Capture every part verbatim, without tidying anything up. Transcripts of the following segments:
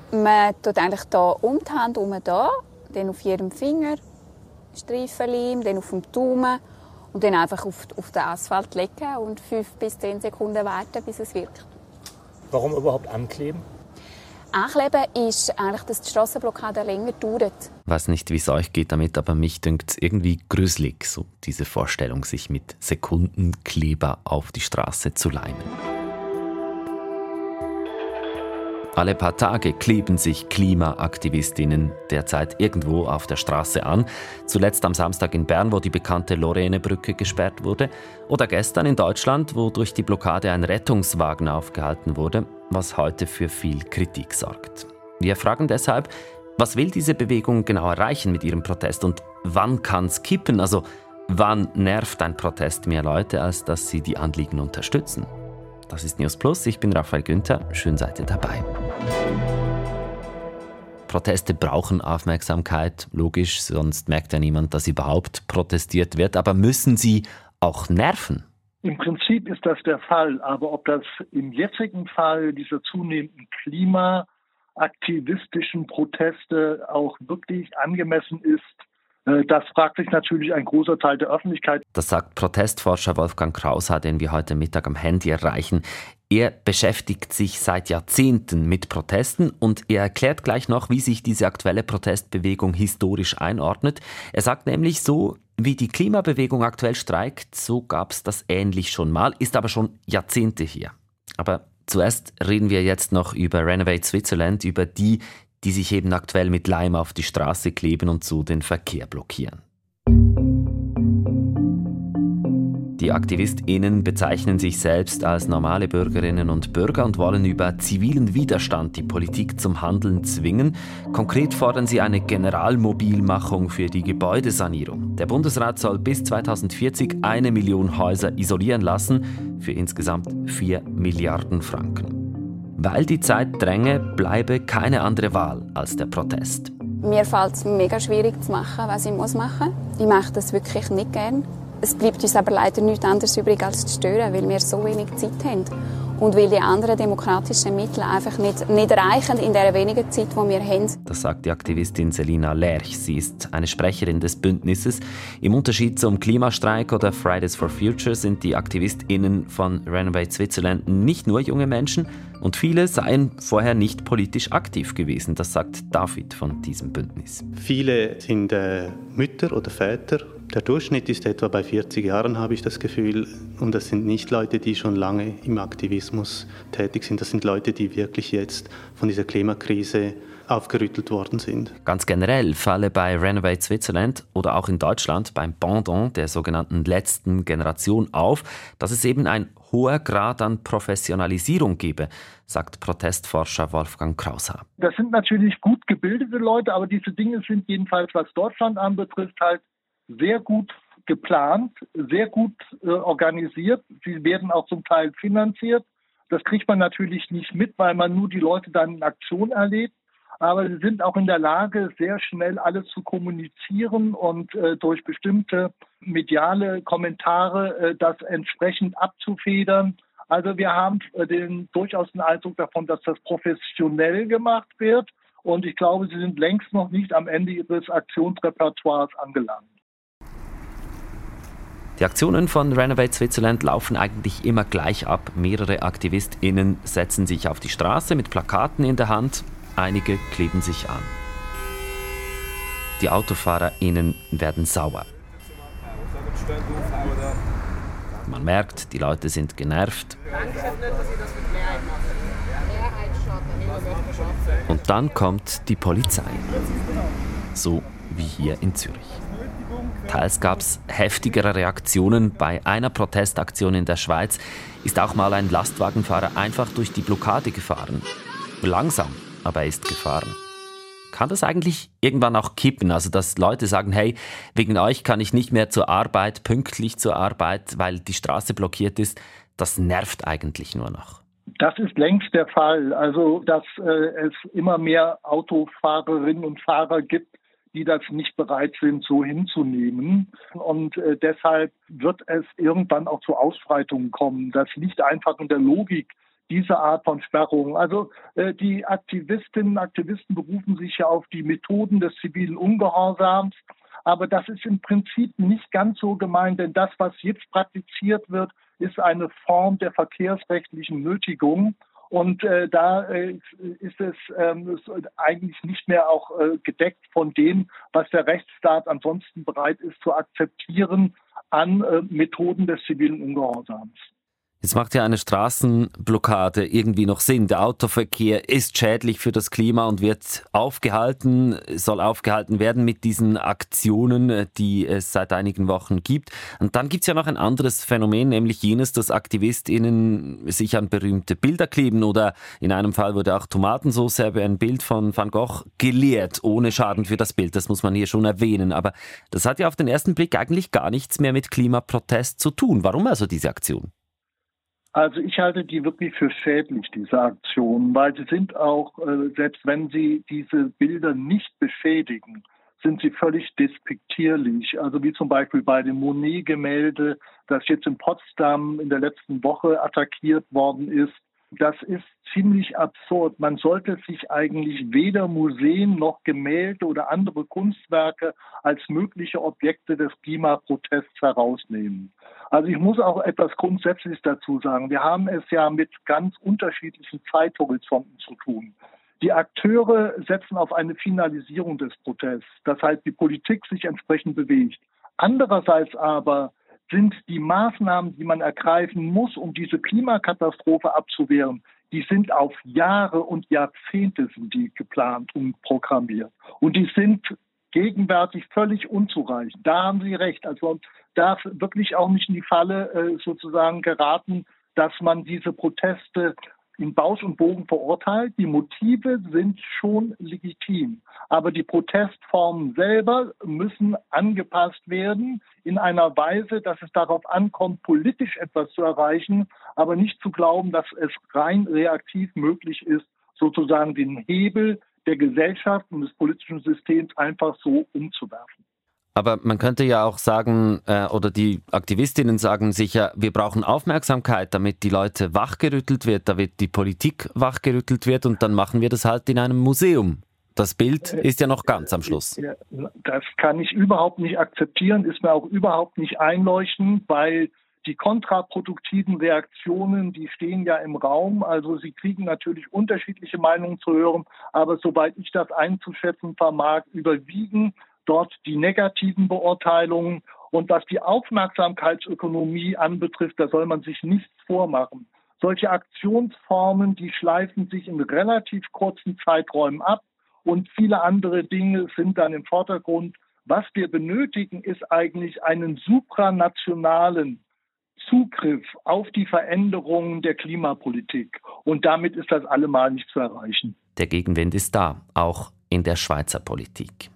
Man tut eigentlich hier um die Hand herum, da, dann auf jedem Finger Streifenleim, dann auf dem Daumen und dann einfach auf, auf den Asphalt legen und fünf bis zehn Sekunden warten, bis es wirkt. Warum überhaupt ankleben? Ankleben ist eigentlich, dass die Strassenblockade länger dauert. Ich weiss nicht, wie es euch geht damit, aber mich dünkt es irgendwie gruselig, so diese Vorstellung, sich mit Sekundenkleber auf die Straße zu leimen. Alle paar Tage kleben sich Klimaaktivistinnen derzeit irgendwo auf der Straße an. Zuletzt am Samstag in Bern, wo die bekannte Lorraine-Brücke gesperrt wurde. Oder gestern in Deutschland, wo durch die Blockade ein Rettungswagen aufgehalten wurde, was heute für viel Kritik sorgt. Wir fragen deshalb, was will diese Bewegung genau erreichen mit ihrem Protest und wann kann es kippen? Also wann nervt ein Protest mehr Leute, als dass sie die Anliegen unterstützen? Das ist News Plus, ich bin Raphael Günther, schön seid ihr dabei. Proteste brauchen Aufmerksamkeit, logisch, sonst merkt ja niemand, dass überhaupt protestiert wird. Aber müssen sie auch nerven? Im Prinzip ist das der Fall, aber ob das im jetzigen Fall dieser zunehmenden klimaaktivistischen Proteste auch wirklich angemessen ist, das fragt sich natürlich ein großer Teil der Öffentlichkeit. Das sagt Protestforscher Wolfgang Krauser, den wir heute Mittag am Handy erreichen. Er beschäftigt sich seit Jahrzehnten mit Protesten und er erklärt gleich noch, wie sich diese aktuelle Protestbewegung historisch einordnet. Er sagt nämlich, so wie die Klimabewegung aktuell streikt, so gab es das ähnlich schon mal, ist aber schon Jahrzehnte her. Aber zuerst reden wir jetzt noch über Renovate Switzerland, über die, die sich eben aktuell mit Leim auf die Straße kleben und so den Verkehr blockieren. Die AktivistInnen bezeichnen sich selbst als normale Bürgerinnen und Bürger und wollen über zivilen Widerstand die Politik zum Handeln zwingen. Konkret fordern sie eine Generalmobilmachung für die Gebäudesanierung. Der Bundesrat soll bis zweitausendvierzig eine Million Häuser isolieren lassen, für insgesamt vier Milliarden Franken. Weil die Zeit dränge, bleibe keine andere Wahl als der Protest. Mir fällt es mega schwierig zu machen, was ich muss machen muss. Ich mache das wirklich nicht gern. Es bleibt uns aber leider nichts anderes übrig, als zu stören, weil wir so wenig Zeit haben. Und weil die anderen demokratischen Mittel einfach nicht, nicht reichen in der wenigen Zeit, die wir haben. Das sagt die Aktivistin Selina Lerch. Sie ist eine Sprecherin des Bündnisses. Im Unterschied zum Klimastreik oder Fridays for Future sind die AktivistInnen von Renovate Switzerland nicht nur junge Menschen und viele seien vorher nicht politisch aktiv gewesen. Das sagt David von diesem Bündnis. Viele sind äh, Mütter oder Väter. Der Durchschnitt ist etwa bei vierzig Jahren, habe ich das Gefühl. Und das sind nicht Leute, die schon lange im Aktivismus tätig sind. Das sind Leute, die wirklich jetzt von dieser Klimakrise aufgerüttelt worden sind. Ganz generell falle bei Renovate Switzerland oder auch in Deutschland beim Pendant der sogenannten letzten Generation auf, dass es eben ein hoher Grad an Professionalisierung gebe, sagt Protestforscher Wolfgang Krauser. Das sind natürlich gut gebildete Leute, aber diese Dinge sind jedenfalls, was Deutschland anbetrifft, halt sehr gut geplant, sehr gut äh, organisiert. Sie werden auch zum Teil finanziert. Das kriegt man natürlich nicht mit, weil man nur die Leute dann in Aktion erlebt. Aber sie sind auch in der Lage, sehr schnell alles zu kommunizieren und äh, durch bestimmte mediale Kommentare äh, das entsprechend abzufedern. Also wir haben äh, den, durchaus den Eindruck davon, dass das professionell gemacht wird. Und ich glaube, sie sind längst noch nicht am Ende ihres Aktionsrepertoires angelangt. Die Aktionen von Renovate Switzerland laufen eigentlich immer gleich ab. Mehrere AktivistInnen setzen sich auf die Straße mit Plakaten in der Hand. Einige kleben sich an. Die AutofahrerInnen werden sauer. Man merkt, die Leute sind genervt. Und dann kommt die Polizei. So wie hier in Zürich. Teils gab es heftigere Reaktionen. Bei einer Protestaktion in der Schweiz ist auch mal ein Lastwagenfahrer einfach durch die Blockade gefahren. Langsam, aber er ist gefahren. Kann das eigentlich irgendwann auch kippen? Also dass Leute sagen, hey, wegen euch kann ich nicht mehr zur Arbeit, pünktlich zur Arbeit, weil die Straße blockiert ist. Das nervt eigentlich nur noch. Das ist längst der Fall. Also dass äh, es immer mehr Autofahrerinnen und Fahrer gibt, die das nicht bereit sind, so hinzunehmen. Und äh, deshalb wird es irgendwann auch zu Ausschreitungen kommen. Das liegt einfach in der Logik diese Art von Sperrungen. Also äh, die Aktivistinnen und Aktivisten berufen sich ja auf die Methoden des zivilen Ungehorsams. Aber das ist im Prinzip nicht ganz so gemeint, denn das, was jetzt praktiziert wird, ist eine Form der verkehrsrechtlichen Nötigung. Und äh, da äh, ist es ähm, eigentlich nicht mehr auch äh, gedeckt von dem, was der Rechtsstaat ansonsten bereit ist zu akzeptieren an äh, Methoden des zivilen Ungehorsams. Jetzt macht ja eine Straßenblockade irgendwie noch Sinn. Der Autoverkehr ist schädlich für das Klima und wird aufgehalten, soll aufgehalten werden mit diesen Aktionen, die es seit einigen Wochen gibt. Und dann gibt es ja noch ein anderes Phänomen, nämlich jenes, dass AktivistInnen sich an berühmte Bilder kleben oder in einem Fall wurde auch Tomatensauce über ein Bild von Van Gogh geleert, ohne Schaden für das Bild. Das muss man hier schon erwähnen. Aber das hat ja auf den ersten Blick eigentlich gar nichts mehr mit Klimaprotest zu tun. Warum also diese Aktion? Also ich halte die wirklich für schädlich, diese Aktionen, weil sie sind auch, äh, selbst wenn sie diese Bilder nicht beschädigen, sind sie völlig despektierlich. Also wie zum Beispiel bei dem Monet-Gemälde, das jetzt in Potsdam in der letzten Woche attackiert worden ist. Das ist ziemlich absurd. Man sollte sich eigentlich weder Museen noch Gemälde oder andere Kunstwerke als mögliche Objekte des Klimaprotests herausnehmen. Also ich muss auch etwas Grundsätzliches dazu sagen. Wir haben es ja mit ganz unterschiedlichen Zeithorizonten zu tun. Die Akteure setzen auf eine Finalisierung des Protests, dass halt die Politik sich entsprechend bewegt. Andererseits aber sind die Maßnahmen, die man ergreifen muss, um diese Klimakatastrophe abzuwehren, die sind auf Jahre und Jahrzehnte sind die geplant und programmiert. Und die sind gegenwärtig völlig unzureichend. Da haben Sie recht. Also man darf wirklich auch nicht in die Falle äh, sozusagen geraten, dass man diese Proteste in Bausch und Bogen verurteilt. Die Motive sind schon legitim. Aber die Protestformen selber müssen angepasst werden in einer Weise, dass es darauf ankommt, politisch etwas zu erreichen, aber nicht zu glauben, dass es rein reaktiv möglich ist, sozusagen den Hebel der Gesellschaft und des politischen Systems einfach so umzuwerfen. Aber man könnte ja auch sagen, äh, oder die Aktivistinnen sagen sicher, wir brauchen Aufmerksamkeit, damit die Leute wachgerüttelt wird, damit die Politik wachgerüttelt wird und dann machen wir das halt in einem Museum. Das Bild ist ja noch ganz am Schluss. Das kann ich überhaupt nicht akzeptieren, ist mir auch überhaupt nicht einleuchtend, weil die kontraproduktiven Reaktionen, die stehen ja im Raum. Also Sie kriegen natürlich unterschiedliche Meinungen zu hören, aber soweit ich das einzuschätzen vermag, überwiegen dort die negativen Beurteilungen. Und was die Aufmerksamkeitsökonomie anbetrifft, da soll man sich nichts vormachen. Solche Aktionsformen, die schleifen sich in relativ kurzen Zeiträumen ab und viele andere Dinge sind dann im Vordergrund. Was wir benötigen, ist eigentlich einen supranationalen Zugriff auf die Veränderungen der Klimapolitik. Und damit ist das allemal nicht zu erreichen. Der Gegenwind ist da, auch in der Schweizer Politik.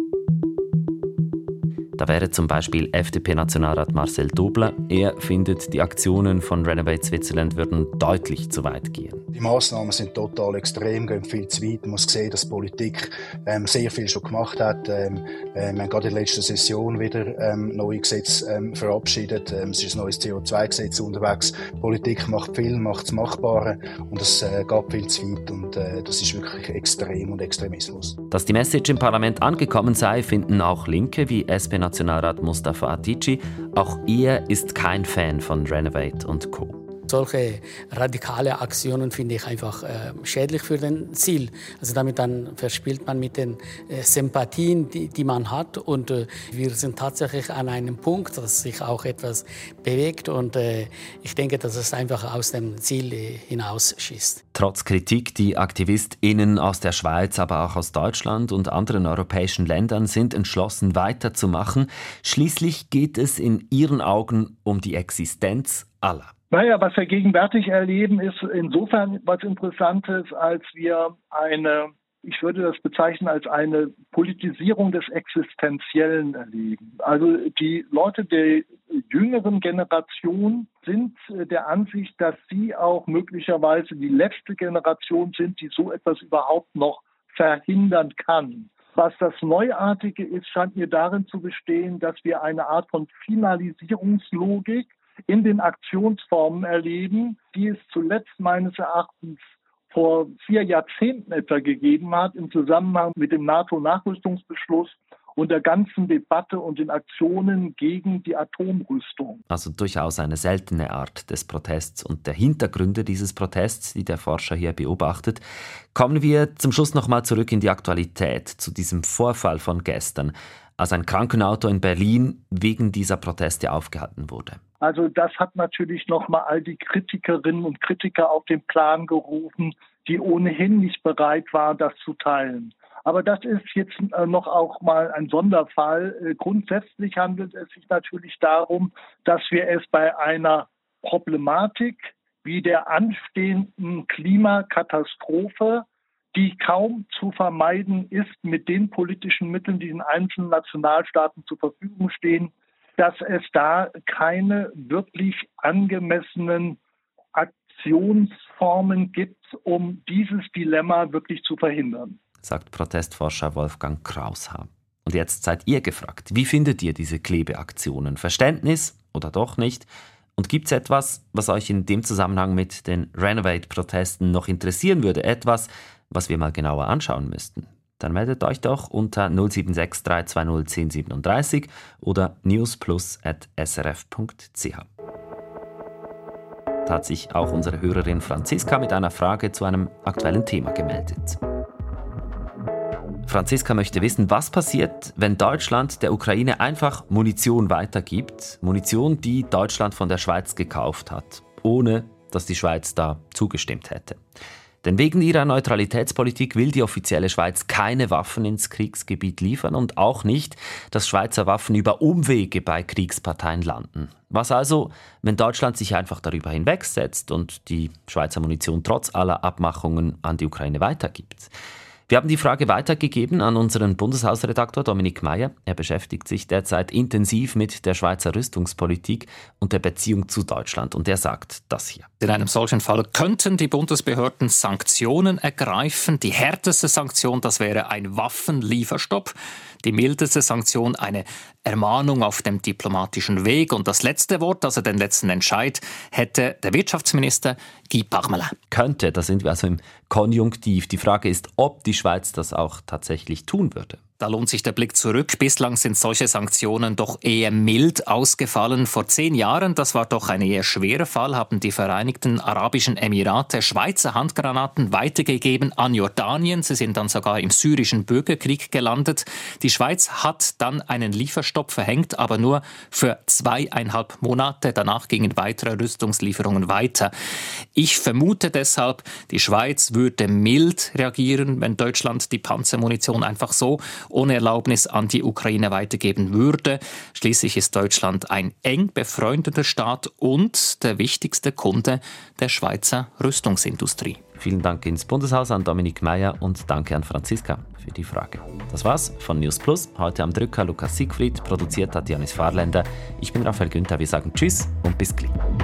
Da wäre zum Beispiel F D P-Nationalrat Marcel Dobler. Er findet, die Aktionen von Renovate Switzerland würden deutlich zu weit gehen. Die Massnahmen sind total extrem, gehen viel zu weit. Man muss sehen, dass die Politik ähm, sehr viel schon gemacht hat. Ähm, äh, wir haben gerade in der letzten Session wieder ähm, neue Gesetze ähm, verabschiedet. Ähm, es ist ein neues C O zwei Gesetz unterwegs. Die Politik macht viel, macht es Machbare und es äh, geht viel zu weit. Und äh, das ist wirklich extrem und Extremismus. Dass die Message im Parlament angekommen sei, finden auch Linke wie S P-Nationalrat Mustafa Atici. Auch er ist kein Fan von Renovate und Co. Solche radikale Aktionen finde ich einfach äh, schädlich für den Ziel. Also damit dann verspielt man mit den äh, Sympathien, die, die man hat. Und äh, wir sind tatsächlich an einem Punkt, dass sich auch etwas bewegt. Und äh, ich denke, dass es einfach aus dem Ziel äh, hinausschießt. Trotz Kritik, die AktivistInnen aus der Schweiz, aber auch aus Deutschland und anderen europäischen Ländern sind entschlossen, weiterzumachen. Schließlich geht es in ihren Augen um die Existenz aller. Naja, was wir gegenwärtig erleben, ist insofern was Interessantes, als wir eine, ich würde das bezeichnen als eine Politisierung des Existenziellen erleben. Also die Leute der jüngeren Generation sind der Ansicht, dass sie auch möglicherweise die letzte Generation sind, die so etwas überhaupt noch verhindern kann. Was das Neuartige ist, scheint mir darin zu bestehen, dass wir eine Art von Finalisierungslogik in den Aktionsformen erleben, die es zuletzt meines Erachtens vor vier Jahrzehnten etwa gegeben hat, im Zusammenhang mit dem NATO-Nachrüstungsbeschluss und der ganzen Debatte und den Aktionen gegen die Atomrüstung. Also durchaus eine seltene Art des Protests und der Hintergründe dieses Protests, die der Forscher hier beobachtet. Kommen wir zum Schluss nochmal zurück in die Aktualität, zu diesem Vorfall von gestern, als ein Krankenauto in Berlin wegen dieser Proteste aufgehalten wurde. Also das hat natürlich nochmal all die Kritikerinnen und Kritiker auf den Plan gerufen, die ohnehin nicht bereit waren, das zu teilen. Aber das ist jetzt noch auch mal ein Sonderfall. Grundsätzlich handelt es sich natürlich darum, dass wir es bei einer Problematik wie der anstehenden Klimakatastrophe, die kaum zu vermeiden ist mit den politischen Mitteln, die den einzelnen Nationalstaaten zur Verfügung stehen, dass es da keine wirklich angemessenen Aktionsformen gibt, um dieses Dilemma wirklich zu verhindern, sagt Protestforscher Wolfgang Kraushaar. Und jetzt seid ihr gefragt, wie findet ihr diese Klebeaktionen? Verständnis oder doch nicht? Und gibt es etwas, was euch in dem Zusammenhang mit den Renovate-Protesten noch interessieren würde? Etwas, was wir mal genauer anschauen müssten? Dann meldet euch doch unter null sieben sechs drei zwei null eins null sieben drei oder newsplus at s r f punkt c h. Da hat sich auch unsere Hörerin Franziska mit einer Frage zu einem aktuellen Thema gemeldet. Franziska möchte wissen, was passiert, wenn Deutschland der Ukraine einfach Munition weitergibt. Munition, die Deutschland von der Schweiz gekauft hat, ohne dass die Schweiz da zugestimmt hätte. Denn wegen ihrer Neutralitätspolitik will die offizielle Schweiz keine Waffen ins Kriegsgebiet liefern und auch nicht, dass Schweizer Waffen über Umwege bei Kriegsparteien landen. Was also, wenn Deutschland sich einfach darüber hinwegsetzt und die Schweizer Munition trotz aller Abmachungen an die Ukraine weitergibt? Wir haben die Frage weitergegeben an unseren Bundeshausredaktor Dominik Meier. Er beschäftigt sich derzeit intensiv mit der Schweizer Rüstungspolitik und der Beziehung zu Deutschland. Und er sagt das hier. In einem solchen Fall könnten die Bundesbehörden Sanktionen ergreifen. Die härteste Sanktion, das wäre ein Waffenlieferstopp. Die mildeste Sanktion eine Ermahnung auf dem diplomatischen Weg. Und das letzte Wort, also den letzten Entscheid, hätte der Wirtschaftsminister Guy Parmelin. Könnte, da sind wir also im Konjunktiv. Die Frage ist, ob die Schweiz das auch tatsächlich tun würde. Da lohnt sich der Blick zurück. Bislang sind solche Sanktionen doch eher mild ausgefallen. Vor zehn Jahren, das war doch ein eher schwerer Fall, haben die Vereinigten Arabischen Emirate Schweizer Handgranaten weitergegeben an Jordanien. Sie sind dann sogar im syrischen Bürgerkrieg gelandet. Die Schweiz hat dann einen Lieferstopp verhängt, aber nur für zweieinhalb Monate. Danach gingen weitere Rüstungslieferungen weiter. Ich vermute deshalb, die Schweiz würde mild reagieren, wenn Deutschland die Panzermunition einfach so ohne Erlaubnis an die Ukraine weitergeben würde. Schließlich ist Deutschland ein eng befreundeter Staat und der wichtigste Kunde der Schweizer Rüstungsindustrie. Vielen Dank ins Bundeshaus an Dominik Meier und danke an Franziska für die Frage. Das war's von News Plus. Heute am Drücker Lukas Siegfried, produziert hat Janis Fahrländer. Ich bin Raphael Günther. Wir sagen Tschüss und bis gleich.